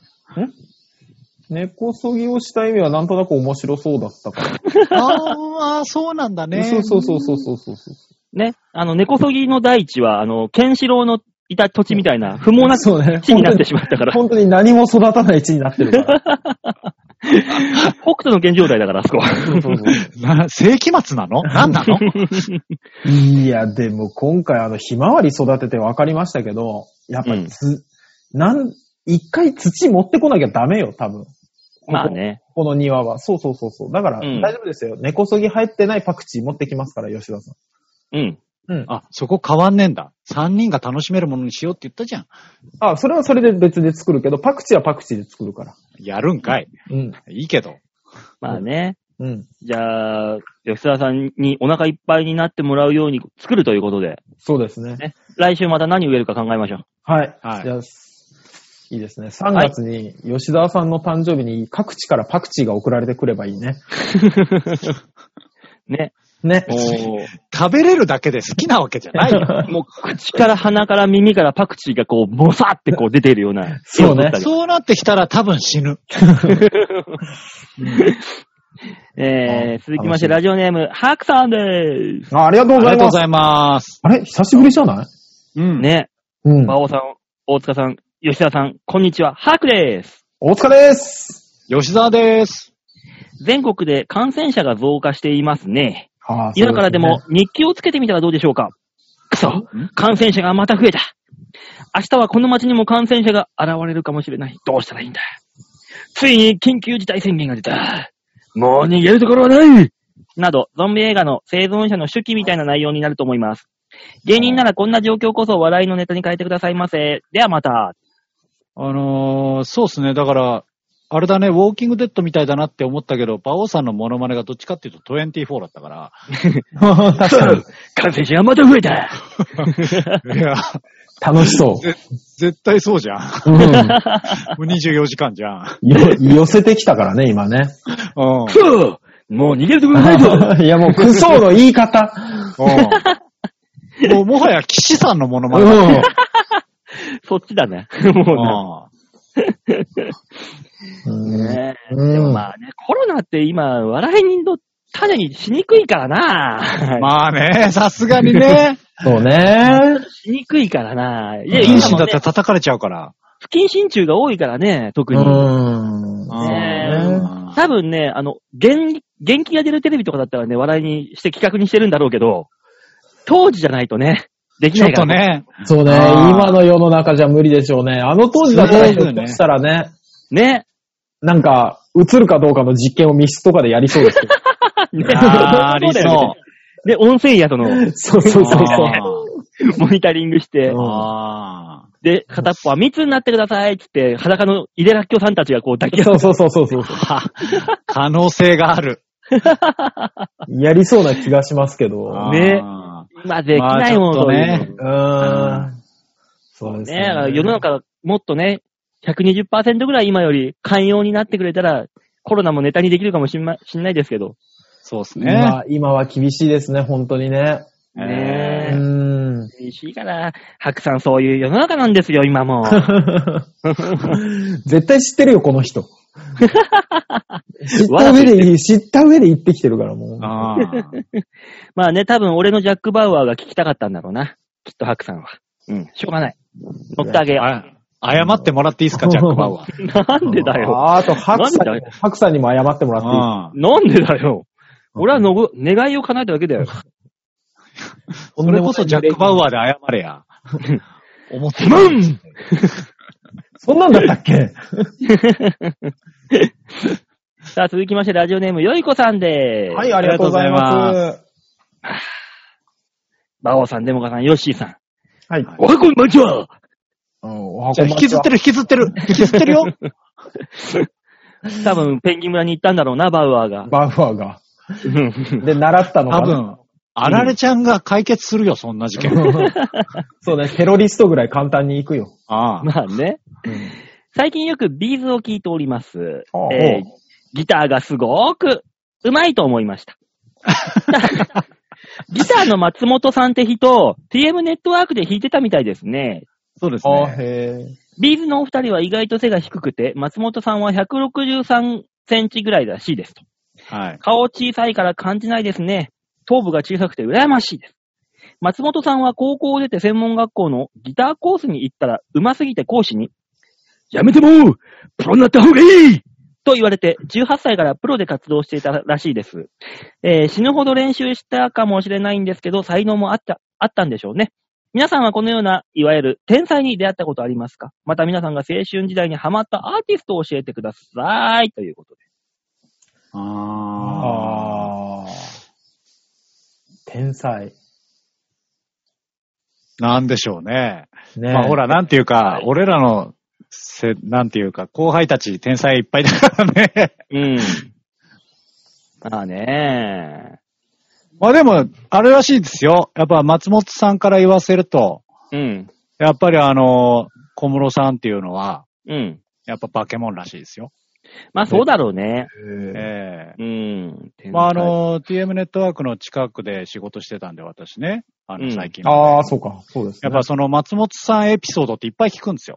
根こそぎをした意味はなんとなく面白そうだったから。 そうなんだね。 そう。 ね、根こそぎの大地は、ケンシロウのいた土地みたいな不毛な地になってしまったから。 本当に何も育たない地になってるから。 北斗の現状態だから、あそこは。 世紀末なの？何なの？ いや、でも今回ひまわり育てて分かりましたけど、やっぱり一回土持ってこなきゃダメよ、多分。 まあね。 この庭は。そう。だから大丈夫ですよ。根こそぎ入ってないパクチー持ってきますから、吉田さん。 そこ変わんねえんだ。3人が楽しめるものにしようって言ったじゃん。 それはそれで別で作るけど、パクチーはパクチーで作るから。 やるんかい。いいけど。 まあね。じゃあ、吉田さんにお腹いっぱいになってもらうように作るということで。 そうですね。 来週また何植えるか考えましょう。 はい。じゃあ、いいですね。3月に吉田さんの誕生日に各地からパクチーが送られてくればいいね。 ね。 食べれるだけで好きなわけじゃないよ。 もう口から鼻から耳からパクチーがこう、ボサってこう出てるような。 そうね。 そうなってきたら多分死ぬ。 続きまして、ラジオネーム、ハクさんでーす。 ありがとうございます。 ありがとうございます。 あれ久しぶりじゃない？ ね。馬王さん、大塚さん、吉田さん、こんにちは。ハクです。 大塚です。 吉沢です。 全国で感染者が増加していますね。 今からでも日記をつけてみたらどうでしょうか。感染者がまた増えた。明日はこの街にも感染者が現れるかもしれない。どうしたらいいんだ。ついに緊急事態宣言が出た。もう逃げるところはない。など、ゾンビ映画の生存者の手記みたいな内容になると思います。芸人ならこんな状況こそ笑いのネタに変えてくださいませ。ではまた。 そうですね。だから、あれだね、ウォーキングデッドみたいだなって思ったけど、馬王さんのモノマネがどっちかっていうと24だったから。 確かに。 感染者がまた増えた。 いや、 楽しそう。 絶対そうじゃん。もう24時間じゃん。 寄せてきたからね、今ね。 もう逃げるところないぞ。 いや、もうクソの言い方。 もはや騎士さんのモノマネ。 そっちだね。もうねえ。でもまあね、コロナって今、笑い人の種にしにくいからな。 まあね、さすがにね。 そうね。 しにくいからな。 不謹慎だったら叩かれちゃうから。 不謹慎中が多いからね、特に。多分ね、元気が出るテレビとかだったらね、笑いにして企画にしてるんだろうけど、当時じゃないとね、できないからね。 そうね、今の世の中じゃ無理でしょうね。当時だったらひょっとしたらね。 ね。 なんか、映るかどうかの実験を密室とかでやりそうですけど。 ありそう。 で、音声宿の。 そう。 モニタリングして。で、片っぽは密になってくださいって言って、裸の井出らっきょさんたちがこう抱き合う。 そう。 可能性がある。 やりそうな気がしますけど。 ね。今できないものね。 そうですね。世の中もっとね、120% ぐらい今より寛容になってくれたら、コロナもネタにできるかもしんないですけど。 そうですね。 今は厳しいですね、本当にね。 厳しいから、白さんそういう世の中なんですよ、今も。 絶対知ってるよ、この人。知った上で言ってきてるからもう。 まあね、多分俺のジャック・バウアーが聞きたかったんだろうな。きっと白さんは。しょうがない。乗ってあげよう。 謝ってもらっていいですか、ジャック・バウアー。 なんでだよ。 あと、白さんにも謝ってもらっていい？ なんでだよ。俺は願いを叶えただけだよ。 それこそジャック・バウアーで謝れや。 思ってます。 そんなんだったっけ？ さあ、続きまして、ラジオネーム、よいこさんでーす。 はい、ありがとうございます。 バオさん、デモカさん、ヨッシーさん。 はい。 おはこんばんちは。 じゃあ、引きずってるよ。 多分、ペンギン村に行ったんだろうな、バウアーが。 で、習ったのかな。 多分、あられちゃんが解決するよ、そんな事件。 そうね、テロリストぐらい簡単に行くよ。 まあね。最近よくビーズを聞いております。ギターがすごくうまいと思いました。ギターの松本さんって人、TM ネットワークで弾いてたみたいですね。 そうですね。 ビーズのお二人は意外と背が低くて、松本さんは163センチぐらいらしいですと。 はい。 顔小さいから感じないですね。頭部が小さくて羨ましいです。松本さんは高校を出て専門学校のギターコースに行ったら上手すぎて講師に、やめてもプロになった方がいいと言われて、18歳からプロで活動していたらしいです。死ぬほど練習したかもしれないんですけど、才能もあったんでしょうね。皆さんはこのような、いわゆる天才に出会ったことありますか？また皆さんが青春時代にハマったアーティストを教えてください。ということで。 天才。 なんでしょうね。まあほら、なんていうか、俺らの、なんていうか、後輩たち天才いっぱいだからね。 まあね。 まあでも、あれらしいですよ。やっぱ松本さんから言わせると、やっぱり小室さんっていうのは、やっぱ化け物らしいですよ。 まあそうだろうね。 まあTM ネットワークの近くで仕事してたんで、私ね。最近。 そうか。そうですね。 やっぱその松本さんエピソードっていっぱい聞くんですよ。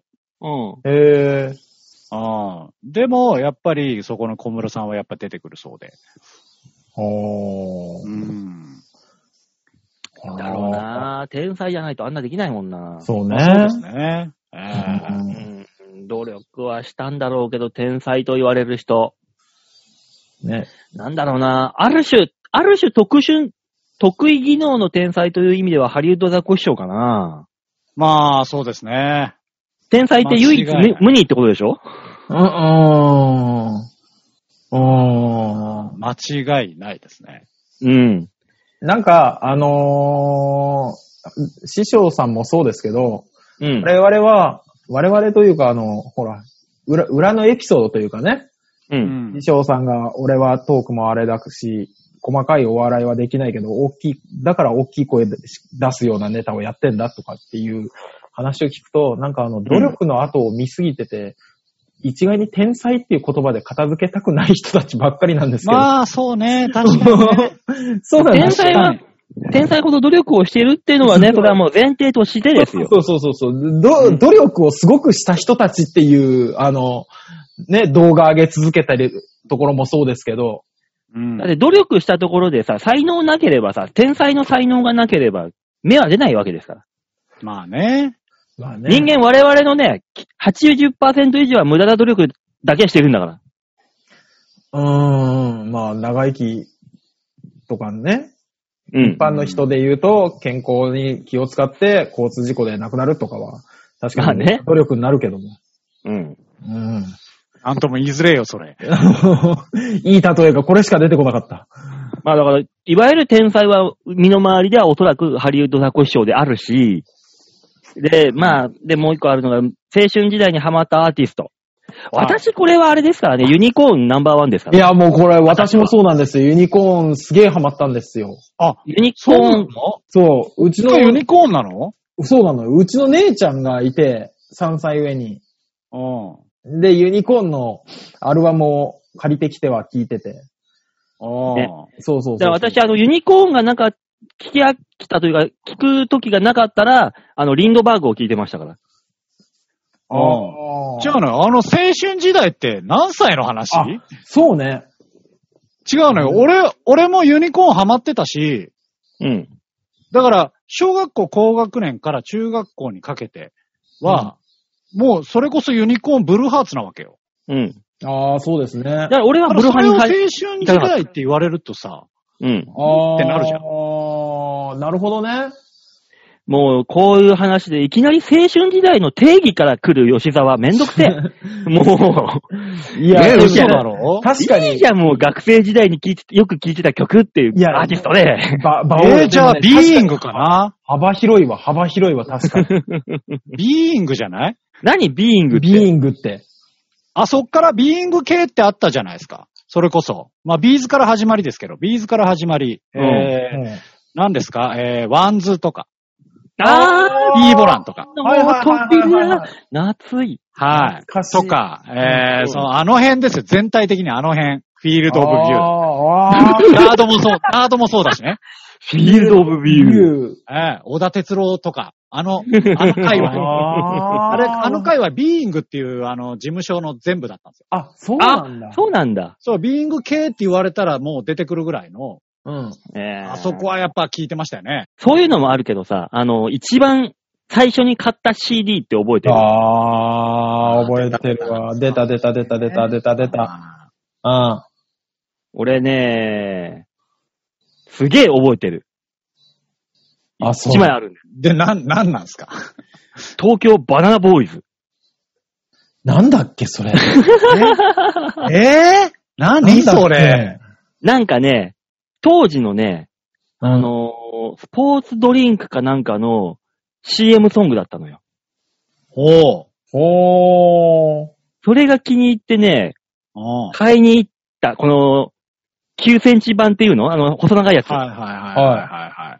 でも、やっぱりそこの小室さんはやっぱ出てくるそうで。 だろうな。天才じゃないとあんなできないもんな。 そうね。 そうですね。 努力はしたんだろうけど、天才と言われる人。 ね。 なんだろうな。ある種得意技能の天才という意味ではハリウッドザコシショウかな。 まあ、そうですね。 天才って唯一無二ってことでしょ？ 間違いないですね。 なんか、師匠さんもそうですけど、我々というか、ほら、裏のエピソードというかね、師匠さんが、俺はトークもあれだし、細かいお笑いはできないけど、だから大きい声で出すようなネタをやってんだとかっていう話を聞くと、なんか努力の後を見すぎてて、一概に天才っていう言葉で片付けたくない人たちばっかりなんですけど。 まあ、そうね。確かにね。 そうなんです。 天才ほど努力をしているっていうのはね、それはもう前提としてですよ。 そう。努力をすごくした人たちっていう、 ね、動画上げ続けたりところもそうですけど。 だって努力したところでさ、才能なければさ、天才の才能がなければ、芽は出ないわけですから。 まあね。 人間我々のね、80% 以上は無駄な努力だけしてるんだから。 まあ、長生きとかね。一般の人で言うと、健康に気を使って交通事故で亡くなるとかは、確かに努力になるけども。 なんとも言いづれよ、それ。 いい例えがこれしか出てこなかった。 まあだから、いわゆる天才は身の回りではおそらくハリウッドザコシショウであるし、で、まあ、で、もう一個あるのが、青春時代にハマったアーティスト。私これはあれですからね、ユニコーンナンバー1ですから、ね。 いや、もうこれ私もそうなんですよ。ユニコーンすげえハマったんですよ。 あ、ユニコーンそう、うちのユニコーンなの？ そうなのよ。うちの姉ちゃんがいて、3歳上に。で、ユニコーンのアルバムを借りてきては聴いてて。 ね、 そう。 だから私、ユニコーンがなんか、聞き飽きたというか、聞く時がなかったら、リンドバーグを聞いてましたから。 違うのよ。青春時代って何歳の話？ そうね。 違うのよ。俺もユニコーンハマってたし、だから、小学校高学年から中学校にかけては、もうそれこそユニコーンブルーハーツなわけよ。 そうですね。 だから俺はブルーハーツにそれを青春時代って言われるとさ、ってなるじゃん。 なるほどね。 もう、こういう話で、いきなり青春時代の定義から来る吉沢めんどくせえ。もう。いや、 嘘だろ？ 確かに。 いいじゃん、もう学生時代によく聴いてた曲っていうアーティストで。 じゃあ、ビーイングかな？ 幅広いわ、確かに。 ビーイングじゃない？ 何ビーイングって。 ビーイングって。 そっからビーイング系ってあったじゃないですか。それこそ。まあ、ビーズから始まりですけど、何ですか？ワンズとか。E ボランとか。 夏い。 はい。とか、あの辺ですよ。全体的にあの辺。フィールドオブビュー。ガードもそうだしね。 フィールドオブビュー。 小田哲郎とか、あの回は。あの回はビーイングっていう事務所の全部だったんですよ。 そうなんだ。 そうなんだ。 そう、ビーイング系って言われたらもう出てくるぐらいの。あそこはやっぱ聞いてましたよね。 そういうのもあるけどさ、一番最初に買った CD って覚えてる？ 覚えてるわ。出た。 俺ね、すげえ覚えてる。 そう。 1枚あるんだよ。で、なんなんすか？ 東京バナナボーイズ。 なんだっけ、それ。 何それ。 なんかね、当時のね、スポーツドリンクかなんかの CM ソングだったのよ。それが気に入ってね、買いに行った、この、9センチ版っていうの？細長いやつ。 はい。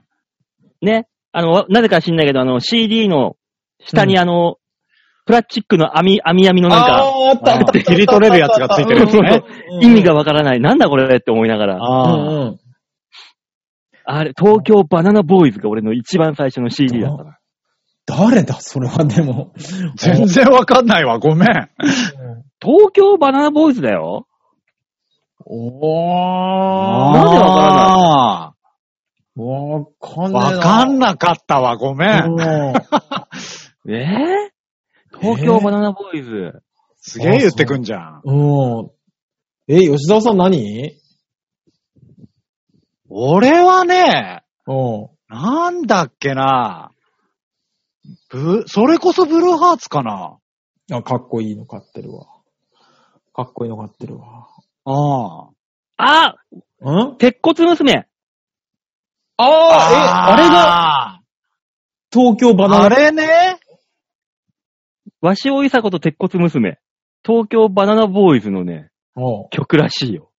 ね。なぜか知んないけど、CD の下にプラスチックの網のなんか、 切り取れるやつがついてるんですね。 意味がわからない。なんだこれって思いながら。あれ、東京バナナボーイズが俺の一番最初の CD だったな。 誰だそれはでも。 全然わかんないわ、ごめん。 東京バナナボーイズだよ。なんでわからない？ わかんなかったわ、ごめん。 東京バナナボーイズ。 すげえ言ってくんじゃん。 吉沢さん何？ 俺はね、なんだっけな。それこそブルーハーツかな。 かっこいいの買ってるわ。 鉄骨娘。 あれが、東京バナナ。 あれね。 鷲尾いさ子と鉄骨娘。東京バナナボーイズのね、曲らしいよ。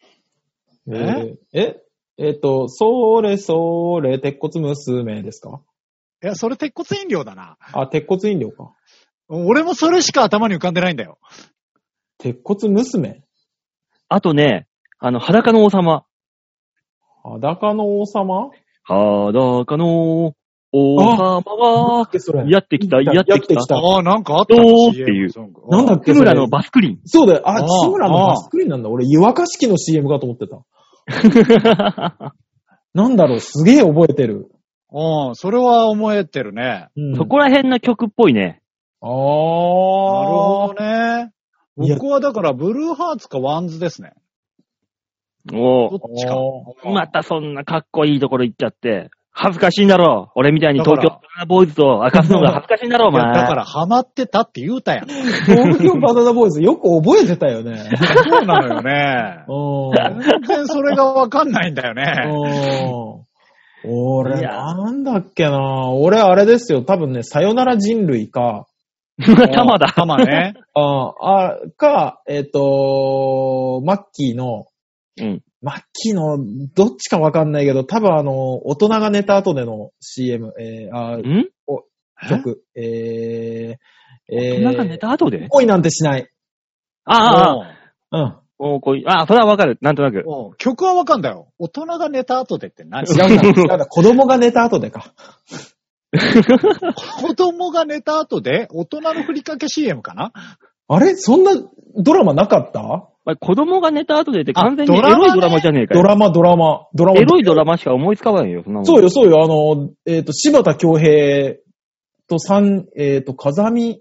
それ、鉄骨娘ですか？ いや、それ鉄骨飲料だな。 鉄骨飲料か。 俺もそれしか頭に浮かんでないんだよ。 鉄骨娘？ あとね、裸の王様。 裸の王様？ 裸の王様は、やってきた。 ああ、なんかあったのっていう。 なんだっけ津村のバスクリン。 そうだよ。津村のバスクリンなんだ。俺、湯沸かし器の CM かと思ってた。なんだろう、すげえ覚えてる。 それは覚えてるね。 そこら辺の曲っぽいね。 なるほどね。僕はだから、ブルーハーツかワンズですね。どっちか。 またそんなかっこいいところ行っちゃって。恥ずかしいんだろ。俺みたいに東京バナナボーイズと明かすのが恥ずかしいんだろ、お前。 だからハマってたって言うたやん。 東京バナナボーイズよく覚えてたよね。 そうなのよね。全然それがわかんないんだよね。 俺、なんだっけな。俺、あれですよ。多分ね、さよなら人類か。 玉だ。 玉ね。 か、マッキーの、マッキーの、どっちかわかんないけど、多分大人が寝た後での CM、曲、 大人が寝た後で恋なんてしない。 それはわかる。なんとなく。 曲はわかんだよ。大人が寝た後でって何？ 違うな。子供が寝た後でか。 子供が寝た後で大人のふりかけ CM かな？ あれそんなドラマなかった？ 子供が寝た後でって完全にエロいドラマじゃねえかよ。 ドラマ。 エロいドラマしか思いつかないよ、そんなもん。 そうよ。柴田恭平と風見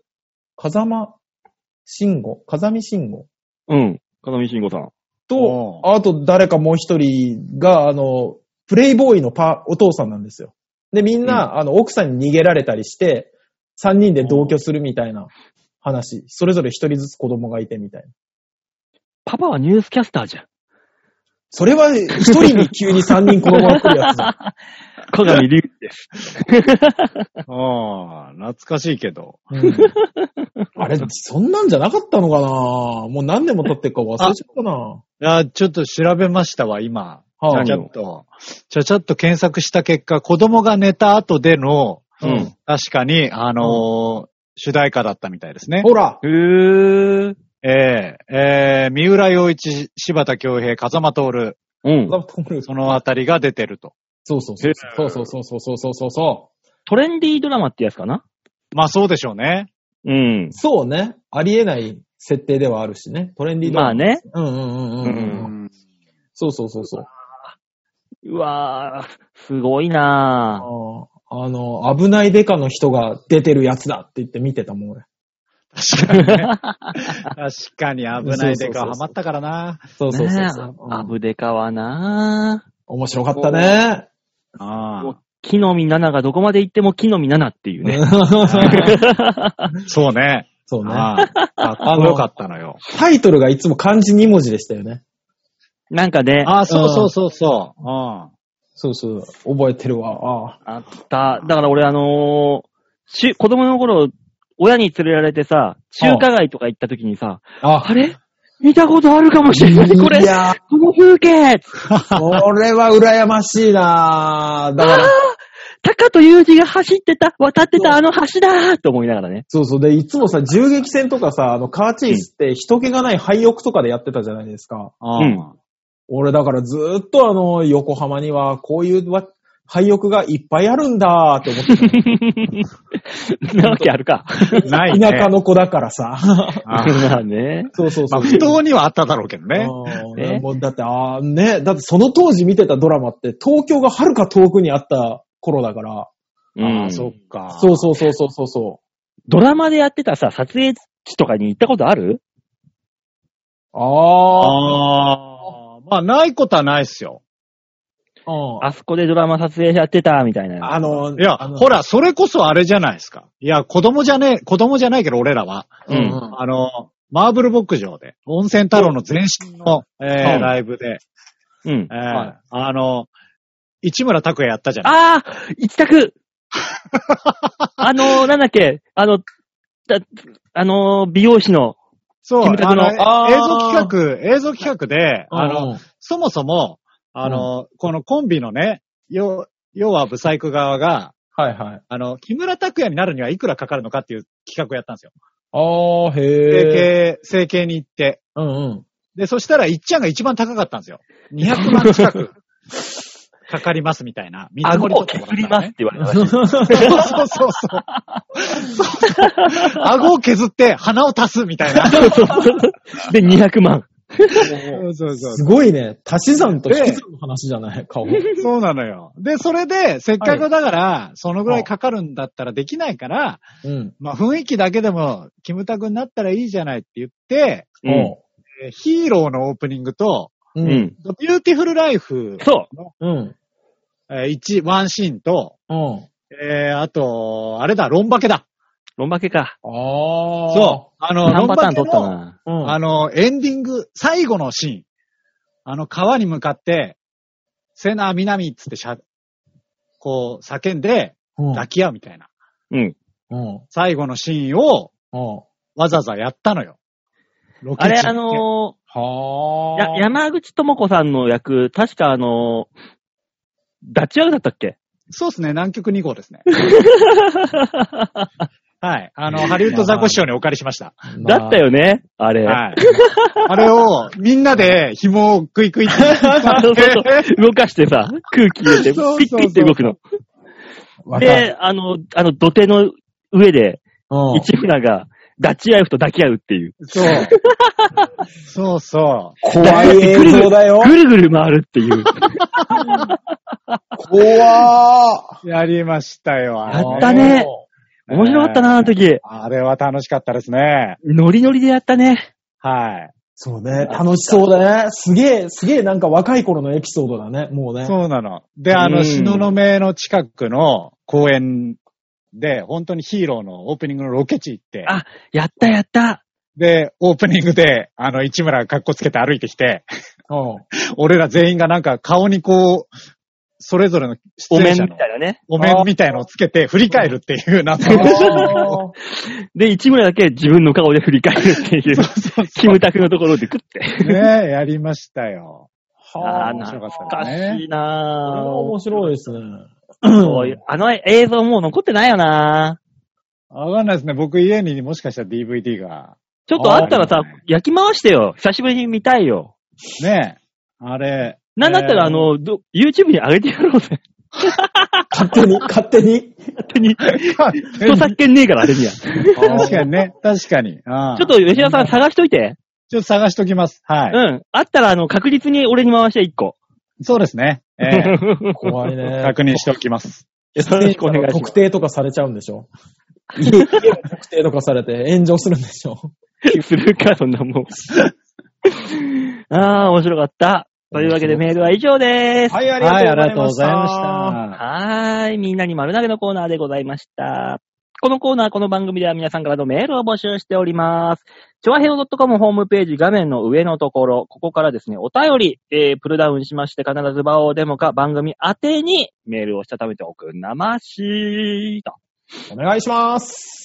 慎吾うん。風見慎吾さん。 と、あと誰かもう一人が、プレイボーイのお父さんなんですよ。で、みんな、奥さんに逃げられたりして、3人で同居するみたいな話。それぞれ一人ずつ子供がいてみたいな。 パパはニュースキャスターじゃん。 それは一人に急に3人子供が来るやつだ。 小上隆です。 懐かしいけど。 あれ、そんなんじゃなかったのかな？もう何年も経ってるか忘れちゃったな。 ちょっと調べましたわ、今。ちゃちゃっと検索した結果、子供が寝た後での、確かに、主題歌だったみたいですね。 ほら。 三浦洋一、柴田恭平、風間徹。そのあたりが出てると。 そう。 トレンディードラマってやつかな？ まあそうでしょうね。 そうね。ありえない設定ではあるしね。トレンディードラマ。 まあね。 そう。 うわー、すごいなぁ。 危ないデカの人が出てるやつだって言って見てたもん、俺。 確かにね。確かに危ないデカはハマったからな。 そう。 アブデカはなぁ。 面白かったね。 木の実7がどこまで行っても木の実7っていうね。 そうね。かっこよかったのよ。 タイトルがいつも漢字2文字でしたよね。 なんかね。 そう。 そう。覚えてるわ。 あった。だから俺子供の頃、親に連れられてさ、中華街とか行った時にさ、あれ見たことあるかもしれない。これ、この風景これは羨ましいなぁ。だから。 高と裕二が走ってた、渡ってたあの橋だーと思いながらね。 そう。で、いつもさ、銃撃戦とかさ、カーチェイスって人気がない廃屋とかでやってたじゃないですか。俺だからずーっと横浜にはこういう廃屋がいっぱいあるんだーって思ってた。 なわけあるか。 ないね。田舎の子だからさ。 まあね。 そう。 不当にはあっただろうけどね。 もうだってだってその当時見てたドラマって東京がはるか遠くにあった頃だから。 そっか。 そう。 ドラマでやってたさ、撮影地とかに行ったことある？ まあ、ないことはないっすよ。 あそこでドラマ撮影やってた、みたいな。 いや、ほら、それこそあれじゃないですか。いや、子供じゃないけど、俺らは。マーブル牧場で、温泉太郎の前身の、ライブで、市村拓也やったじゃない。 一択なんだっけ、美容師の、 そう、映像企画で、そもそも、このコンビのね、要はブサイク側が、木村拓哉になるにはいくらかかるのかっていう企画をやったんですよ。整形に行って。で、そしたら、いっちゃんが一番高かったんですよ。200万近く。 かかりますみたいな。 顎を削りますって言われたらしい。 そう。顎を削って鼻を足すみたいな。 で、200万。 すごいね。足し算と引き算の話じゃない顔。 そうなのよ。で、それで、せっかくだから、そのぐらいかかるんだったらできないから、まあ雰囲気だけでも、キムタクになったらいいじゃないって言って、ヒーローのオープニングと、ビューティフルライフの、ワンシーンと、あと、あれだ、ロンバケだ。 ロンバケか。 そう。 何パターン撮ったな。 エンディング、最後のシーン。川に向かって、セナ、ミナミっつってこう、叫んで、抱き合うみたいな。最後のシーンを、わざわざやったのよ。 あれ、山口智子さんの役、確かダチュアだったっけ？ そうですね、南極2号ですね。はい。ハリウッドザコシショウにお借りしました。 だったよね、あれ。 はい。あれを、みんなで紐をクイクイって動かしてさ、空気入れて、ピッピッって動くの。で、土手の上で、市村が、ダチアイフと抱き合うっていう。 そう。 怖い映像だよ。 ぐるぐる回るっていう。 怖やりましたよ。 やったね。面白かったな、あの時。 あれは楽しかったですね。 ノリノリでやったね。 はい。 そうね。楽しそうだね。すげえなんか若い頃のエピソードだね。もうね。 そうなの。で、東雲の近くの公園で、本当にヒーローのオープニングのロケ地行って。 あ、やった。 で、オープニングで、市村がカッコつけて歩いてきて、俺ら全員がなんか顔にこう、それぞれの出演者のお面みたいなね。 お面みたいのをつけて振り返るっていうなんかで、市村だけ自分の顔で振り返るっていう。キムタクのところで食って。 ねえ、やりましたよ。 面白かったね。懐かしいなぁ。 面白いですね。 映像もう残ってないよなぁ。 わかんないですね。僕家にもしかしたら DVD が。 ちょっとあったらさ、焼き回してよ。久しぶりに見たいよ。 ねえ。あれ。 なんだったらYouTube に上げてやろうぜ。 勝手に。 人作権ねえから、あれには。 確かにね。確かに。ちょっと吉田さん探しといて。 ちょっと探しときます。はい。 あったら確実に俺に回して1個。 そうですね。 怖いね。 確認しておきます。 よろしくお願いします。 特定とかされちゃうんでしょ？家特定とかされて炎上するんでしょ？ するか、そんなもん。面白かった。というわけでメールは以上です。 はい、ありがとうございました。 はい、みんなに丸投げのコーナーでございました。このコーナー、この番組では皆さんからのメールを募集しております。ちょわへお .com ホームページ画面の上のところ、ここからですね、お便り、プルダウンしまして、必ず場をデモか番組宛てにメールをしたためておくなましーと。 お願いします。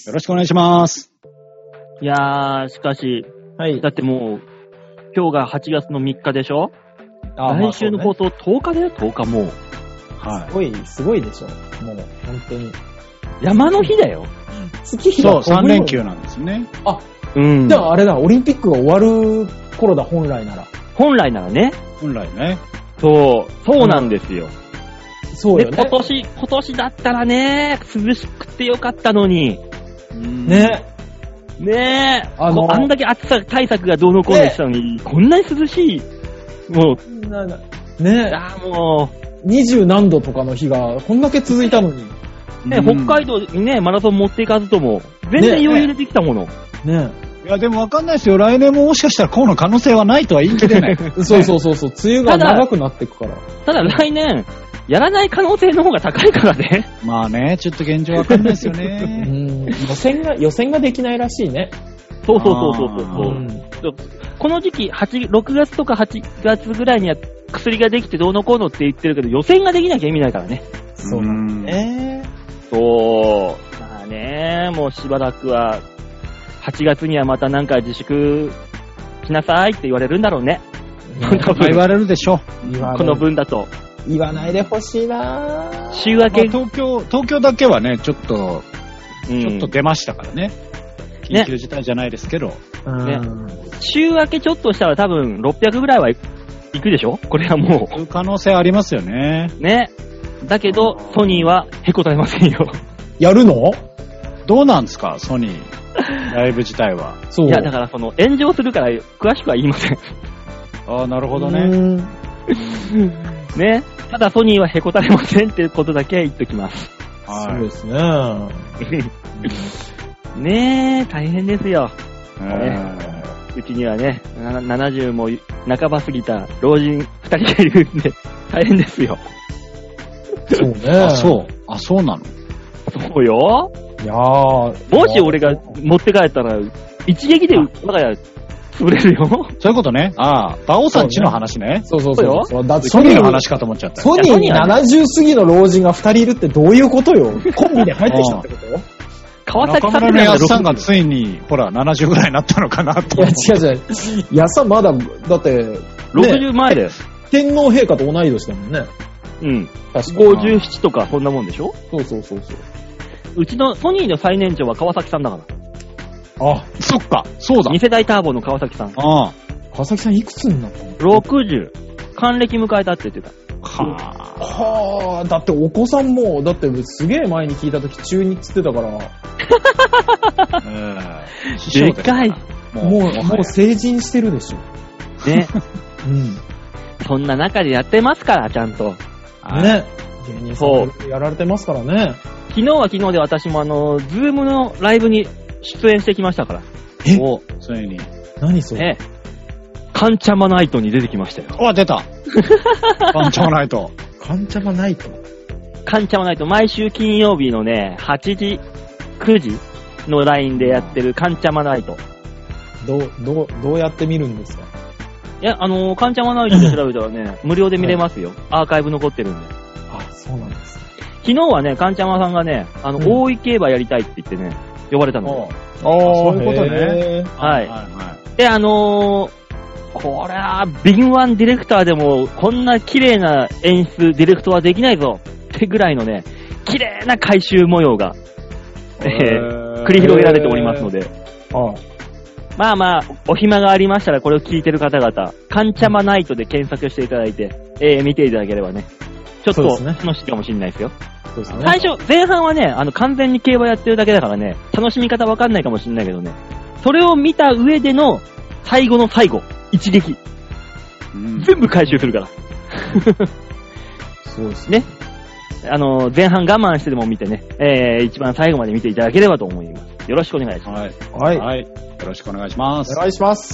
よろしくお願いします。 いやー、しかし、だってもう、今日が8月の3日でしょ？来週の放送10日だよ、10日もう。 はい。すごいでしょ。もう、本当に。 山の日だよ。 月日がそう、3連休なんですね。 じゃああれだ、オリンピックが終わる頃だ、本来なら。 本来ならね。 本来ね。 そうなんですよ。 そうよね。 今年だったらね、涼しくてよかったのに。 ねえ。あんだけ暑さ対策がどうのこうのしたのに、こんなに涼しい。もう。 ねもう。20何度とかの日が、こんだけ続いたのに。 ね、北海道にね、マラソン持っていかずとも、全然余裕でできたもの。 ねいや、でもわかんないですよ。来年ももしかしたらこうの可能性はないとは言い切れない。 そう。梅雨が長くなっていくから。 ただ来年、やらない可能性の方が高いからね。 まあね、ちょっと現状わかんないですよね。 予選ができないらしいね。 そう。この時期、6月とか8月ぐらいには薬ができてどうのこうのって言ってるけど、予選ができなきゃ意味ないからね。 そうなんだね。 まあね、もうしばらくは、8月にはまたなんか自粛しなさいって言われるんだろうね。 言われるでしょ。 この分だと。 言わないでほしいなぁ。 週明け、 東京だけはね、ちょっと出ましたからね。緊急事態じゃないですけど。 ね。週明けちょっとしたら多分600ぐらいは行くでしょこれはもう。 可能性ありますよね。 ね。だけど、ソニーはへこたれませんよ。 やるの？ どうなんですか、ソニー。ライブ自体は。 そう。いや、だから炎上するから詳しくは言いません。 ああ、なるほどね。 ね。ただソニーはへこたれませんっていうことだけ言っときます。 はい。そうですね。 ねえ、大変ですよ。うちにはね、70も半ば過ぎた老人2人がいるんで、大変ですよ。 そうね。 そうなの？ そうよ。 いやー。 もし俺が持って帰ったら、一撃で我が家潰れるよ。 そういうことね。ああ、バオさんちの話ね。 そう。 だってソニーの話かと思っちゃった。 ソニーに70過ぎの老人が2人いるってどういうことよ。コンビで入ってきたってこと？ 川崎さんの安さんがついに、ほら、70ぐらいになったのかなと。 いや、違う。安さんまだ、だって、 60前です。 天皇陛下と同い年だもんね。 うん。57とか、そんなもんでしょ？ そう。 うちのソニーの最年長は川崎さんだから。 あ、そっか、そうだ。 2世代ターボの川崎さん。 ああ。川崎さんいくつになったの？ 60。還暦迎えたって言ってた。 はぁ、だってお子さんも、だってすげえ前に聞いたとき中2っつってたから。 でかい。 もう成人してるでしょ。 ね。そんな中でやってますから、ちゃんと。 ね。芸人さんやられてますからね。 昨日は昨日で私もズームのライブに出演してきましたから。 ついに。 何それ？ カンチャマナイトに出てきましたよ。 あ、出た。カンチャマナイト。 カンチャマナイト。 カンチャマナイト、毎週金曜日のね、8時、9時のラインでやってるカンチャマナイト。 どうやって見るんですか？ いや、カンチャマナイトで調べたらね、無料で見れますよ。アーカイブ残ってるんで。 あ、そうなんです。 昨日はね、カンチャマさんがね、大井競馬やりたいって言ってね、呼ばれたの。 そういうことね。 はい。で、これは、敏腕ディレクターでも、こんな綺麗な演出、ディレクトはできないぞってぐらいのね、綺麗な回収模様が、繰り広げられておりますので。まあ、お暇がありましたらこれを聞いてる方々、カンチャマナイトで検索していただいて、見ていただければね、ちょっと楽しいかもしれないですよ。そうですね。最初、前半はね、完全に競馬やってるだけだからね、楽しみ方わかんないかもしれないけどね、それを見た上での最後の最後、一撃。全部回収するから。 そうですね。 前半我慢してでも見てね、一番最後まで見ていただければと思います。よろしくお願いします。 はい。よろしくお願いします。 お願いします。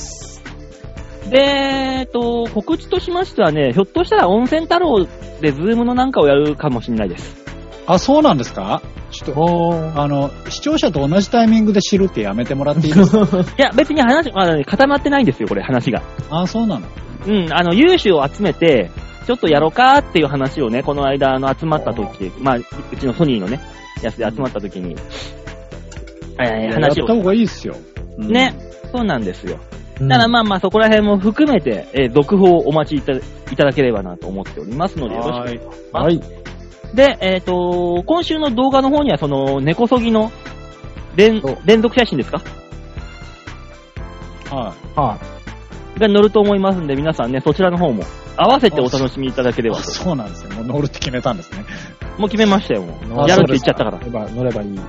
で、告知としましてはね、ひょっとしたら温泉太郎でズームのなんかをやるかもしれないです。 あ、そうなんですか？ちょっと、視聴者と同じタイミングで知るってやめてもらっていいですか？いや、別に話、固まってないんですよ、これ、話が。 あ、そうなの？ 有志を集めて、ちょっとやろうかっていう話をね、この間、集まった時、うちのソニーのね、やつで集まった時に、話を。 やった方がいいですよ。 ね、そうなんですよ。ただそこら辺も含めて、続報をお待ちいただければなと思っておりますので、よろしくお願いします。はい。で、今週の動画の方には、根こそぎの連続写真ですか？ はい。 が載ると思いますんで、皆さんね、そちらの方も合わせてお楽しみいただければと。 そうなんですよ。もう載るって決めたんですね。 もう決めましたよ、もう。やるって言っちゃったから。 乗ればいい。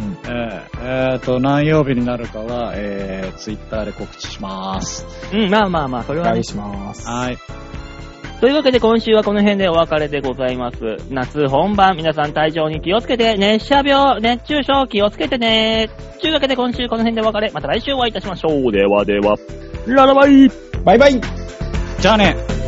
何曜日になるかは、ツイッターで告知します。 それは、ね。 お願いします。 はい。 というわけで今週はこの辺でお別れでございます。夏本番、皆さん体調に気をつけて、熱射病、熱中症気をつけてね。というわけで今週この辺でお別れ、また来週お会いいたしましょう。ではでは、ララバイバイバイじゃあね。